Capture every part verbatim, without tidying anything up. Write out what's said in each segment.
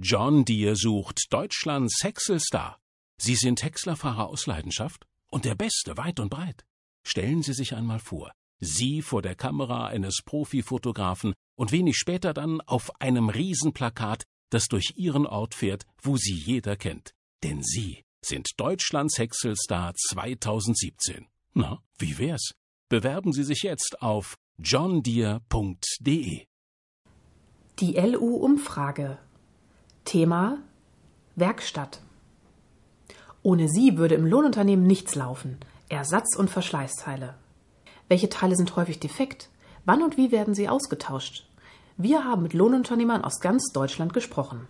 John Deere sucht Deutschlands Häckselstar. Sie sind Häckslerfahrer aus Leidenschaft und der Beste weit und breit. Stellen Sie sich einmal vor, Sie vor der Kamera eines Profifotografen und wenig später dann auf einem Riesenplakat, das durch Ihren Ort fährt, wo Sie jeder kennt. Denn Sie sind Deutschlands Häckselstar zweitausendsiebzehn. Na, wie wär's? Bewerben Sie sich jetzt auf john deere punkt de. Die L U-Umfrage. Thema: Werkstatt. Ohne sie würde im Lohnunternehmen nichts laufen. Ersatz- und Verschleißteile. Welche Teile sind häufig defekt? Wann und wie werden sie ausgetauscht? Wir haben mit Lohnunternehmern aus ganz Deutschland gesprochen.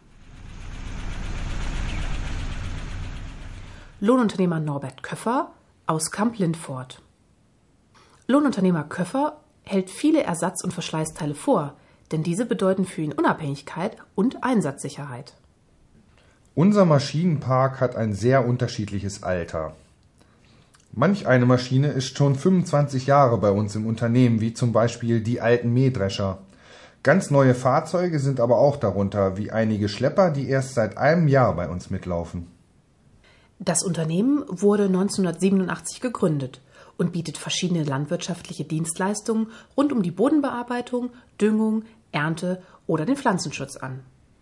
Lohnunternehmer Norbert Köffer aus Kamp-Lindfort. Lohnunternehmer Köffer hält viele Ersatz- und Verschleißteile vor, denn diese bedeuten für ihn Unabhängigkeit und Einsatzsicherheit. Unser Maschinenpark hat ein sehr unterschiedliches Alter. Manch eine Maschine ist schon fünfundzwanzig Jahre bei uns im Unternehmen, wie zum Beispiel die alten Mähdrescher. Ganz neue Fahrzeuge sind aber auch darunter, wie einige Schlepper, die erst seit einem Jahr bei uns mitlaufen. Das Unternehmen wurde neunzehnhundertsiebenundachtzig gegründet und bietet verschiedene landwirtschaftliche Dienstleistungen rund um die Bodenbearbeitung, Düngung, Ernte oder den Pflanzenschutz an.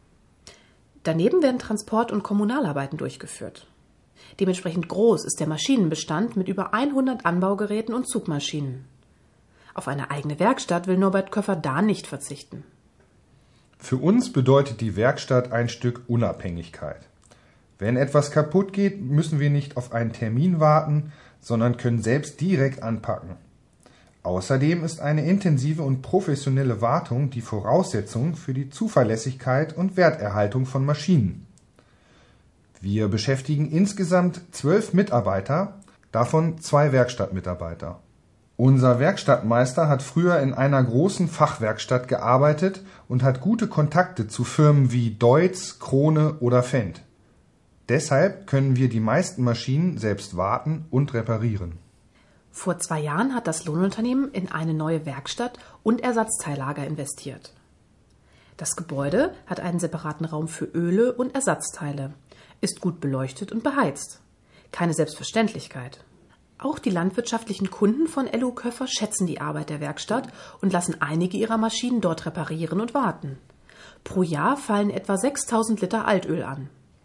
Daneben werden Transport- und Kommunalarbeiten durchgeführt. Dementsprechend groß ist der Maschinenbestand mit über hundert Anbaugeräten und Zugmaschinen. Auf eine eigene Werkstatt will Norbert Köffer da nicht verzichten. Für uns bedeutet die Werkstatt ein Stück Unabhängigkeit. Wenn etwas kaputt geht, müssen wir nicht auf einen Termin warten, sondern können selbst direkt anpacken. Außerdem ist eine intensive und professionelle Wartung die Voraussetzung für die Zuverlässigkeit und Werterhaltung von Maschinen. Wir beschäftigen insgesamt zwölf Mitarbeiter, davon zwei Werkstattmitarbeiter. Unser Werkstattmeister hat früher in einer großen Fachwerkstatt gearbeitet und hat gute Kontakte zu Firmen wie Deutz, Krone oder Fendt. Deshalb können wir die meisten Maschinen selbst warten und reparieren. Vor zwei Jahren hat das Lohnunternehmen in eine neue Werkstatt und Ersatzteillager investiert. Das Gebäude hat einen separaten Raum für Öle und Ersatzteile, ist gut beleuchtet und beheizt. Keine Selbstverständlichkeit. Auch die landwirtschaftlichen Kunden von L U Köffer schätzen die Arbeit der Werkstatt und lassen einige ihrer Maschinen dort reparieren und warten. Pro Jahr fallen etwa sechstausend Liter Altöl an.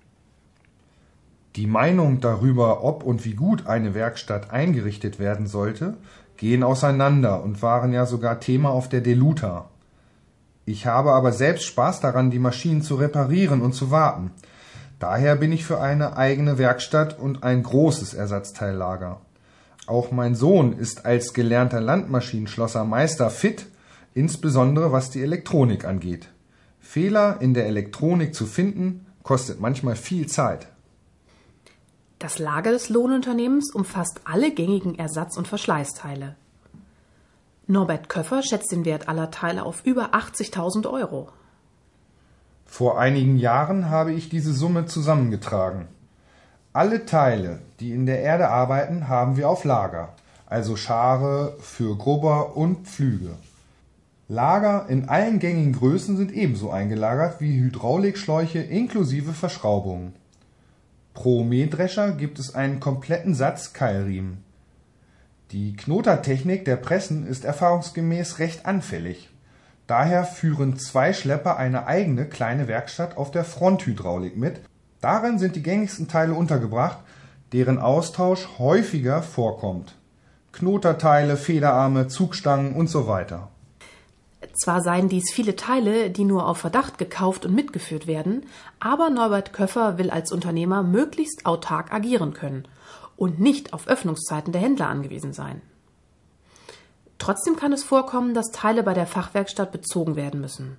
Die Meinungen darüber, ob und wie gut eine Werkstatt eingerichtet werden sollte, gehen auseinander und waren ja sogar Thema auf der Deluta. Ich habe aber selbst Spaß daran, die Maschinen zu reparieren und zu warten. Daher bin ich für eine eigene Werkstatt und ein großes Ersatzteillager. Auch mein Sohn ist als gelernter Landmaschinenschlosser Meister fit, insbesondere was die Elektronik angeht. Fehler in der Elektronik zu finden, kostet manchmal viel Zeit. Das Lager des Lohnunternehmens umfasst alle gängigen Ersatz- und Verschleißteile. Norbert Köffer schätzt den Wert aller Teile auf über achtzigtausend Euro. Vor einigen Jahren habe ich diese Summe zusammengetragen. Alle Teile, die in der Erde arbeiten, haben wir auf Lager, also Schare für Grubber und Pflüge. Lager in allen gängigen Größen sind ebenso eingelagert wie Hydraulikschläuche inklusive Verschraubungen. Pro Mähdrescher gibt es einen kompletten Satz Keilriemen. Die Knotertechnik der Pressen ist erfahrungsgemäß recht anfällig. Daher führen zwei Schlepper eine eigene kleine Werkstatt auf der Fronthydraulik mit. Darin sind die gängigsten Teile untergebracht, deren Austausch häufiger vorkommt. Knoterteile, Federarme, Zugstangen und so weiter. Zwar seien dies viele Teile, die nur auf Verdacht gekauft und mitgeführt werden, aber Norbert Köffer will als Unternehmer möglichst autark agieren können und nicht auf Öffnungszeiten der Händler angewiesen sein. Trotzdem kann es vorkommen, dass Teile bei der Fachwerkstatt bezogen werden müssen.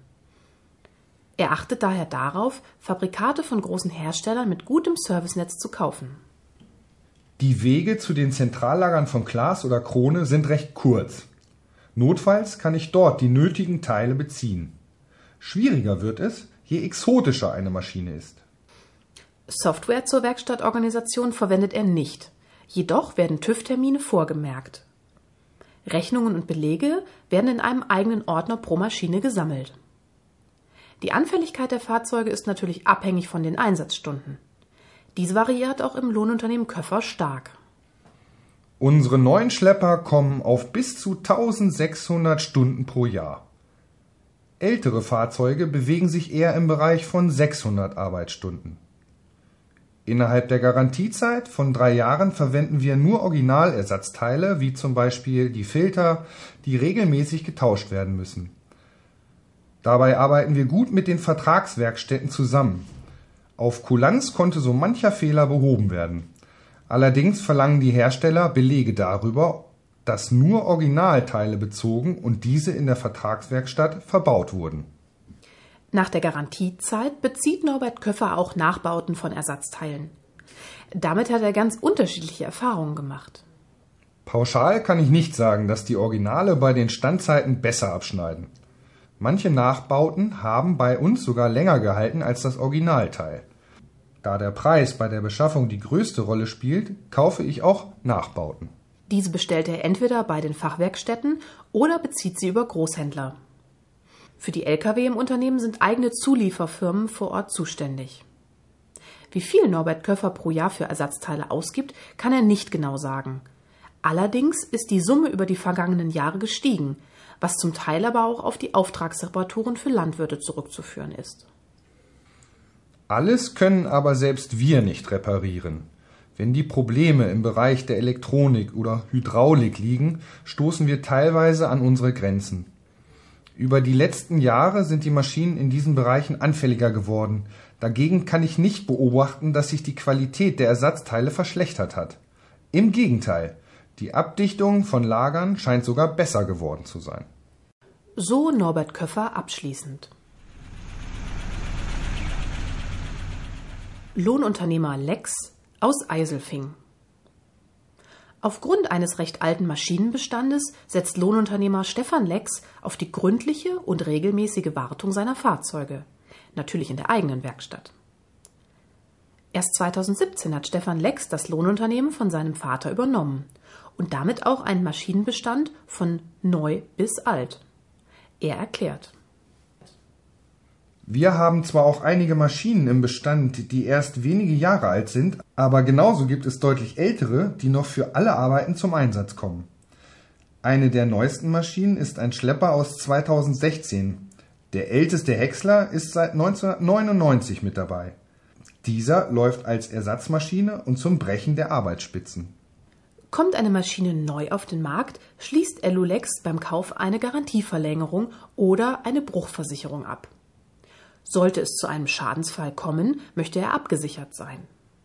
Er achtet daher darauf, Fabrikate von großen Herstellern mit gutem Servicenetz zu kaufen. Die Wege zu den Zentrallagern von Claas oder Krone sind recht kurz. Notfalls kann ich dort die nötigen Teile beziehen. Schwieriger wird es, je exotischer eine Maschine ist. Software zur Werkstattorganisation verwendet er nicht. Jedoch werden TÜV-Termine vorgemerkt. Rechnungen und Belege werden in einem eigenen Ordner pro Maschine gesammelt. Die Anfälligkeit der Fahrzeuge ist natürlich abhängig von den Einsatzstunden. Diese variiert auch im Lohnunternehmen Köffer stark. Unsere neuen Schlepper kommen auf bis zu eintausendsechshundert Stunden pro Jahr. Ältere Fahrzeuge bewegen sich eher im Bereich von sechshundert Arbeitsstunden. Innerhalb der Garantiezeit von drei Jahren verwenden wir nur Originalersatzteile, wie zum Beispiel die Filter, die regelmäßig getauscht werden müssen. Dabei arbeiten wir gut mit den Vertragswerkstätten zusammen. Auf Kulanz konnte so mancher Fehler behoben werden. Allerdings verlangen die Hersteller Belege darüber, dass nur Originalteile bezogen und diese in der Vertragswerkstatt verbaut wurden. Nach der Garantiezeit bezieht Norbert Köffer auch Nachbauten von Ersatzteilen. Damit hat er ganz unterschiedliche Erfahrungen gemacht. Pauschal kann ich nicht sagen, dass die Originale bei den Standzeiten besser abschneiden. Manche Nachbauten haben bei uns sogar länger gehalten als das Originalteil. Da der Preis bei der Beschaffung die größte Rolle spielt, kaufe ich auch Nachbauten. Diese bestellt er entweder bei den Fachwerkstätten oder bezieht sie über Großhändler. Für die L K W im Unternehmen sind eigene Zulieferfirmen vor Ort zuständig. Wie viel Norbert Köffer pro Jahr für Ersatzteile ausgibt, kann er nicht genau sagen. Allerdings ist die Summe über die vergangenen Jahre gestiegen, was zum Teil aber auch auf die Auftragsreparaturen für Landwirte zurückzuführen ist. Alles können aber selbst wir nicht reparieren. Wenn die Probleme im Bereich der Elektronik oder Hydraulik liegen, stoßen wir teilweise an unsere Grenzen. Über die letzten Jahre sind die Maschinen in diesen Bereichen anfälliger geworden. Dagegen kann ich nicht beobachten, dass sich die Qualität der Ersatzteile verschlechtert hat. Im Gegenteil, die Abdichtung von Lagern scheint sogar besser geworden zu sein. So Norbert Köffer abschließend. Lohnunternehmer Lex aus Eiselfing. Aufgrund eines recht alten Maschinenbestandes setzt Lohnunternehmer Stefan Lex auf die gründliche und regelmäßige Wartung seiner Fahrzeuge, natürlich in der eigenen Werkstatt. Erst zweitausendsiebzehn hat Stefan Lex das Lohnunternehmen von seinem Vater übernommen und damit auch einen Maschinenbestand von neu bis alt. Er erklärt: Wir haben zwar auch einige Maschinen im Bestand, die erst wenige Jahre alt sind, aber genauso gibt es deutlich ältere, die noch für alle Arbeiten zum Einsatz kommen. Eine der neuesten Maschinen ist ein Schlepper aus zweitausendsechzehn. Der älteste Häcksler ist seit neunzehnhundertneunundneunzig mit dabei. Dieser läuft als Ersatzmaschine und zum Brechen der Arbeitsspitzen. Kommt eine Maschine neu auf den Markt, schließt Elulex beim Kauf eine Garantieverlängerung oder eine Bruchversicherung ab. Sollte es zu einem Schadensfall kommen, möchte er abgesichert sein.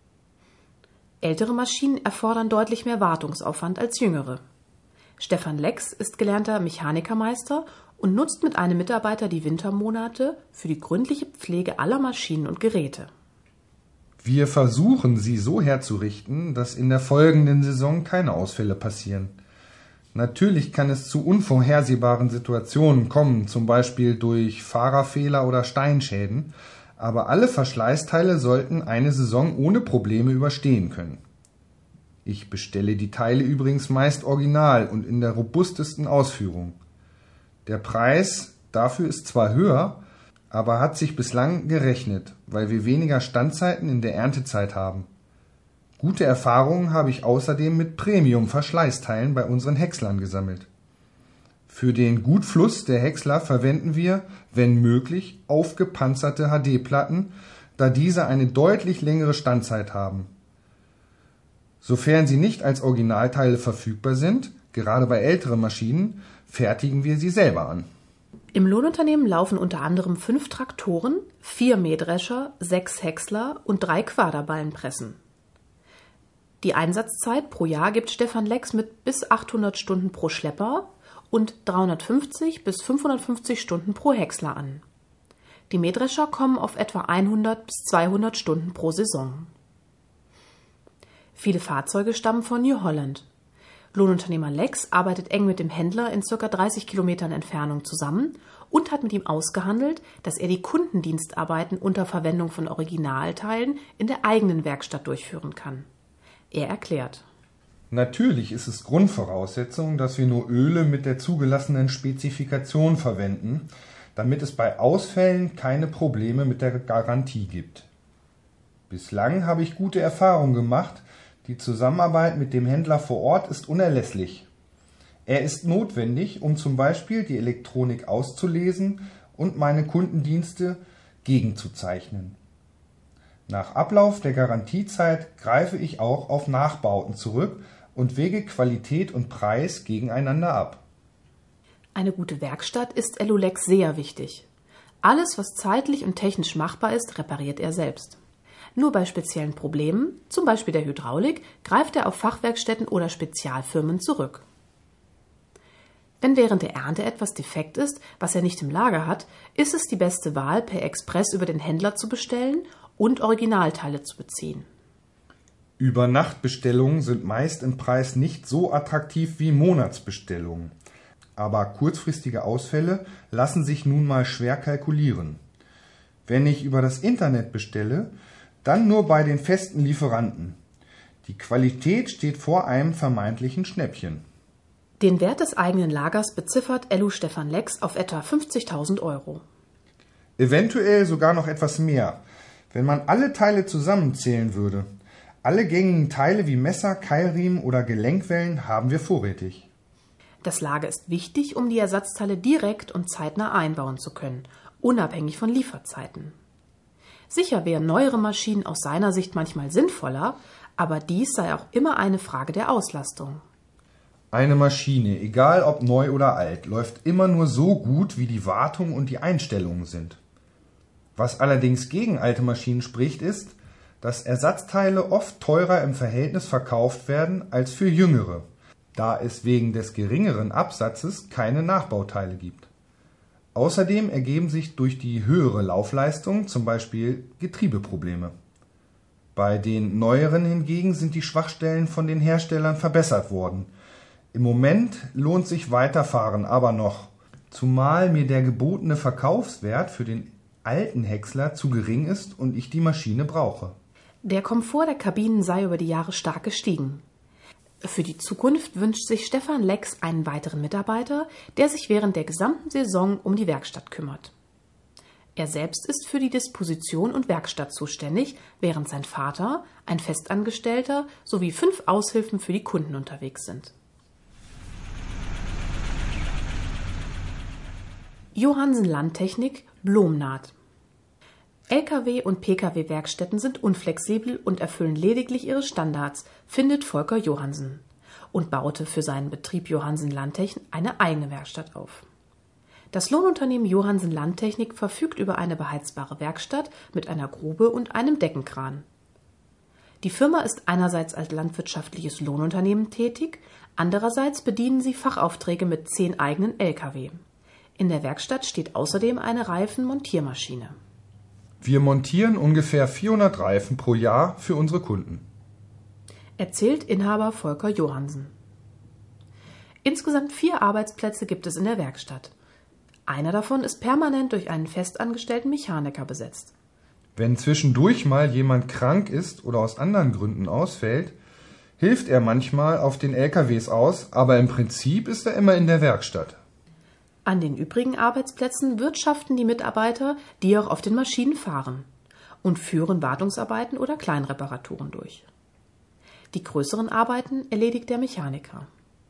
Ältere Maschinen erfordern deutlich mehr Wartungsaufwand als jüngere. Stefan Lex ist gelernter Mechanikermeister und nutzt mit einem Mitarbeiter die Wintermonate für die gründliche Pflege aller Maschinen und Geräte. Wir versuchen, sie so herzurichten, dass in der folgenden Saison keine Ausfälle passieren. Natürlich kann es zu unvorhersehbaren Situationen kommen, zum Beispiel durch Fahrerfehler oder Steinschäden, aber alle Verschleißteile sollten eine Saison ohne Probleme überstehen können. Ich bestelle die Teile übrigens meist original und in der robustesten Ausführung. Der Preis dafür ist zwar höher, aber hat sich bislang gerechnet, weil wir weniger Standzeiten in der Erntezeit haben. Gute Erfahrungen habe ich außerdem mit Premium-Verschleißteilen bei unseren Häckslern gesammelt. Für den Gutfluss der Häcksler verwenden wir, wenn möglich, aufgepanzerte H D-Platten, da diese eine deutlich längere Standzeit haben. Sofern sie nicht als Originalteile verfügbar sind, gerade bei älteren Maschinen, fertigen wir sie selber an. Im Lohnunternehmen laufen unter anderem fünf Traktoren, vier Mähdrescher, sechs Häcksler und drei Quaderballenpressen. Die Einsatzzeit pro Jahr gibt Stefan Lex mit bis achthundert Stunden pro Schlepper und dreihundertfünfzig bis fünfhundertfünfzig Stunden pro Häcksler an. Die Mähdrescher kommen auf etwa hundert bis zweihundert Stunden pro Saison. Viele Fahrzeuge stammen von New Holland. Lohnunternehmer Lex arbeitet eng mit dem Händler in ca. dreißig Kilometern Entfernung zusammen und hat mit ihm ausgehandelt, dass er die Kundendienstarbeiten unter Verwendung von Originalteilen in der eigenen Werkstatt durchführen kann. Er erklärt: Natürlich ist es Grundvoraussetzung, dass wir nur Öle mit der zugelassenen Spezifikation verwenden, damit es bei Ausfällen keine Probleme mit der Garantie gibt. Bislang habe ich gute Erfahrungen gemacht. Die Zusammenarbeit mit dem Händler vor Ort ist unerlässlich. Er ist notwendig, um zum Beispiel die Elektronik auszulesen und meine Kundendienste gegenzuzeichnen. Nach Ablauf der Garantiezeit greife ich auch auf Nachbauten zurück und wege Qualität und Preis gegeneinander ab. Eine gute Werkstatt ist Elulex sehr wichtig. Alles, was zeitlich und technisch machbar ist, repariert er selbst. Nur bei speziellen Problemen, zum Beispiel der Hydraulik, greift er auf Fachwerkstätten oder Spezialfirmen zurück. Wenn während der Ernte etwas defekt ist, was er nicht im Lager hat, ist es die beste Wahl, per Express über den Händler zu bestellen und Originalteile zu beziehen. Übernachtbestellungen sind meist im Preis nicht so attraktiv wie Monatsbestellungen. Aber kurzfristige Ausfälle lassen sich nun mal schwer kalkulieren. Wenn ich über das Internet bestelle, dann nur bei den festen Lieferanten. Die Qualität steht vor einem vermeintlichen Schnäppchen. Den Wert des eigenen Lagers beziffert Elu Stefan Lex auf etwa fünfzigtausend Euro. Eventuell sogar noch etwas mehr, wenn man alle Teile zusammenzählen würde. Alle gängigen Teile wie Messer, Keilriemen oder Gelenkwellen haben wir vorrätig. Das Lager ist wichtig, um die Ersatzteile direkt und zeitnah einbauen zu können, unabhängig von Lieferzeiten. Sicher wären neuere Maschinen aus seiner Sicht manchmal sinnvoller, aber dies sei auch immer eine Frage der Auslastung. Eine Maschine, egal ob neu oder alt, läuft immer nur so gut, wie die Wartung und die Einstellungen sind. Was allerdings gegen alte Maschinen spricht, ist, dass Ersatzteile oft teurer im Verhältnis verkauft werden als für jüngere, da es wegen des geringeren Absatzes keine Nachbauteile gibt. Außerdem ergeben sich durch die höhere Laufleistung zum Beispiel Getriebeprobleme. Bei den neueren hingegen sind die Schwachstellen von den Herstellern verbessert worden. Im Moment lohnt sich Weiterfahren aber noch, zumal mir der gebotene Verkaufswert für den alten Häcksler zu gering ist und ich die Maschine brauche. Der Komfort der Kabinen sei über die Jahre stark gestiegen. Für die Zukunft wünscht sich Stefan Lex einen weiteren Mitarbeiter, der sich während der gesamten Saison um die Werkstatt kümmert. Er selbst ist für die Disposition und Werkstatt zuständig, während sein Vater, ein Festangestellter sowie fünf Aushilfen für die Kunden unterwegs sind. Johannsen Landtechnik, Blomnaht. L K W- und P K W-Werkstätten sind unflexibel und erfüllen lediglich ihre Standards, findet Volker Johannsen und baute für seinen Betrieb Johannsen Landtechnik eine eigene Werkstatt auf. Das Lohnunternehmen Johannsen Landtechnik verfügt über eine beheizbare Werkstatt mit einer Grube und einem Deckenkran. Die Firma ist einerseits als landwirtschaftliches Lohnunternehmen tätig, andererseits bedienen sie Fachaufträge mit zehn eigenen L K W. In der Werkstatt steht außerdem eine Reifenmontiermaschine. Wir montieren ungefähr vierhundert Reifen pro Jahr für unsere Kunden, erzählt Inhaber Volker Johannsen. Insgesamt vier Arbeitsplätze gibt es in der Werkstatt. Einer davon ist permanent durch einen festangestellten Mechaniker besetzt. Wenn zwischendurch mal jemand krank ist oder aus anderen Gründen ausfällt, hilft er manchmal auf den L K Ws aus, aber im Prinzip ist er immer in der Werkstatt. An den übrigen Arbeitsplätzen wirtschaften die Mitarbeiter, die auch auf den Maschinen fahren, und führen Wartungsarbeiten oder Kleinreparaturen durch. Die größeren Arbeiten erledigt der Mechaniker.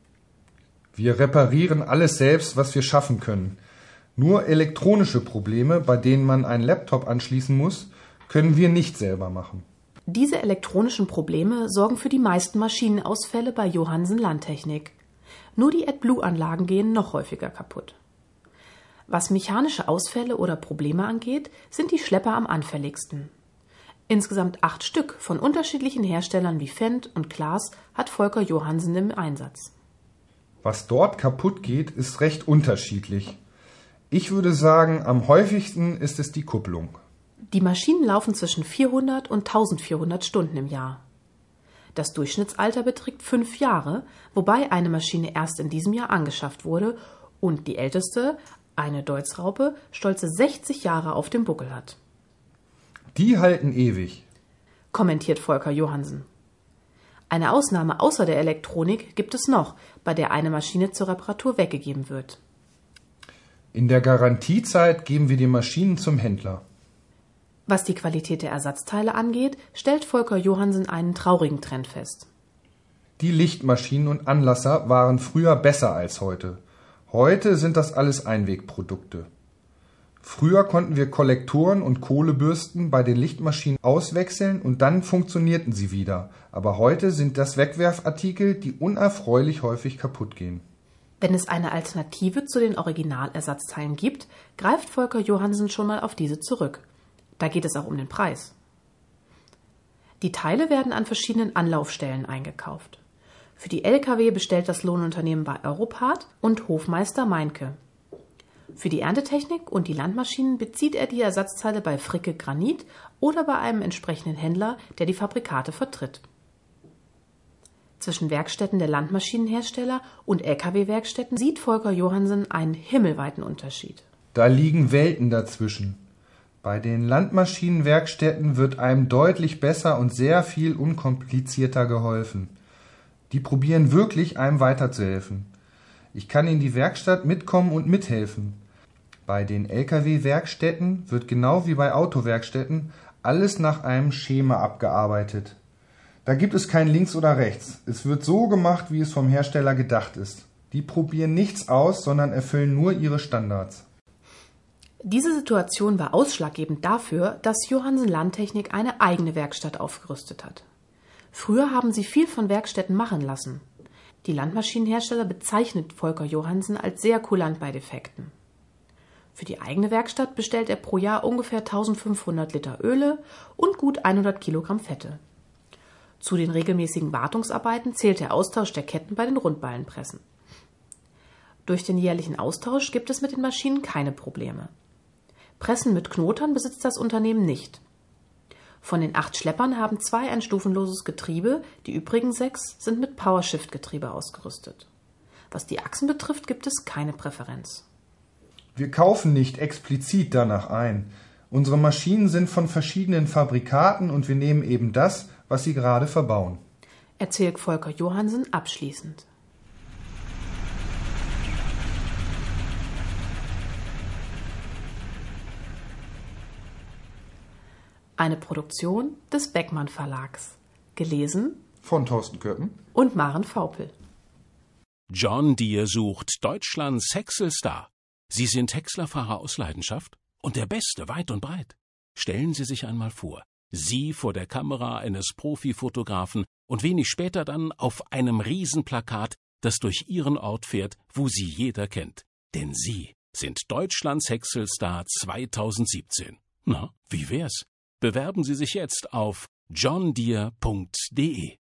Wir reparieren alles selbst, was wir schaffen können. Nur elektronische Probleme, bei denen man einen Laptop anschließen muss, können wir nicht selber machen. Diese elektronischen Probleme sorgen für die meisten Maschinenausfälle bei Johannsen Landtechnik. Nur die AdBlue-Anlagen gehen noch häufiger kaputt. Was mechanische Ausfälle oder Probleme angeht, sind die Schlepper am anfälligsten. Insgesamt acht Stück von unterschiedlichen Herstellern wie Fendt und Claas hat Volker Johannsen im Einsatz. Was dort kaputt geht, ist recht unterschiedlich. Ich würde sagen, am häufigsten ist es die Kupplung. Die Maschinen laufen zwischen vierhundert und eintausendvierhundert Stunden im Jahr. Das Durchschnittsalter beträgt fünf Jahre, wobei eine Maschine erst in diesem Jahr angeschafft wurde und die älteste, eine Deutz-Raupe, stolze sechzig Jahre auf dem Buckel hat. Die halten ewig, kommentiert Volker Johannsen. Eine Ausnahme außer der Elektronik gibt es noch, bei der eine Maschine zur Reparatur weggegeben wird. In der Garantiezeit geben wir die Maschinen zum Händler. Was die Qualität der Ersatzteile angeht, stellt Volker Johannsen einen traurigen Trend fest. Die Lichtmaschinen und Anlasser waren früher besser als heute. Heute sind das alles Einwegprodukte. Früher konnten wir Kollektoren und Kohlebürsten bei den Lichtmaschinen auswechseln und dann funktionierten sie wieder. Aber heute sind das Wegwerfartikel, die unerfreulich häufig kaputt gehen. Wenn es eine Alternative zu den Originalersatzteilen gibt, greift Volker Johannsen schon mal auf diese zurück. Da geht es auch um den Preis. Die Teile werden an verschiedenen Anlaufstellen eingekauft. Für die L K W bestellt das Lohnunternehmen bei Europart und Hofmeister Meinke. Für die Erntetechnik und die Landmaschinen bezieht er die Ersatzteile bei Fricke Granit oder bei einem entsprechenden Händler, der die Fabrikate vertritt. Zwischen Werkstätten der Landmaschinenhersteller und L K W-Werkstätten sieht Volker Johannsen einen himmelweiten Unterschied. Da liegen Welten dazwischen. Bei den Landmaschinenwerkstätten wird einem deutlich besser und sehr viel unkomplizierter geholfen. Die probieren wirklich, einem weiterzuhelfen. Ich kann in die Werkstatt mitkommen und mithelfen. Bei den L K W-Werkstätten wird genau wie bei Autowerkstätten alles nach einem Schema abgearbeitet. Da gibt es kein Links oder Rechts. Es wird so gemacht, wie es vom Hersteller gedacht ist. Die probieren nichts aus, sondern erfüllen nur ihre Standards. Diese Situation war ausschlaggebend dafür, dass Johannsen Landtechnik eine eigene Werkstatt aufgerüstet hat. Früher haben sie viel von Werkstätten machen lassen. Die Landmaschinenhersteller bezeichnet Volker Johannsen als sehr kulant bei Defekten. Für die eigene Werkstatt bestellt er pro Jahr ungefähr eintausendfünfhundert Liter Öle und gut hundert Kilogramm Fette. Zu den regelmäßigen Wartungsarbeiten zählt der Austausch der Ketten bei den Rundballenpressen. Durch den jährlichen Austausch gibt es mit den Maschinen keine Probleme. Pressen mit Knotern besitzt das Unternehmen nicht. Von den acht Schleppern haben zwei ein stufenloses Getriebe, die übrigen sechs sind mit Powershift-Getriebe ausgerüstet. Was die Achsen betrifft, gibt es keine Präferenz. Wir kaufen nicht explizit danach ein. Unsere Maschinen sind von verschiedenen Fabrikaten und wir nehmen eben das, was sie gerade verbauen. Erzählt Volker Johannsen abschließend. Eine Produktion des Beckmann Verlags. Gelesen von Thorsten Köppen und Maren Vaupel. John Deere sucht Deutschlands Häckselstar. Sie sind Häckslerfahrer aus Leidenschaft und der Beste weit und breit. Stellen Sie sich einmal vor, Sie vor der Kamera eines Profifotografen und wenig später dann auf einem Riesenplakat, das durch Ihren Ort fährt, wo Sie jeder kennt. Denn Sie sind Deutschlands Häckselstar zweitausendsiebzehn. Na, wie wär's? Bewerben Sie sich jetzt auf john deere punkt de.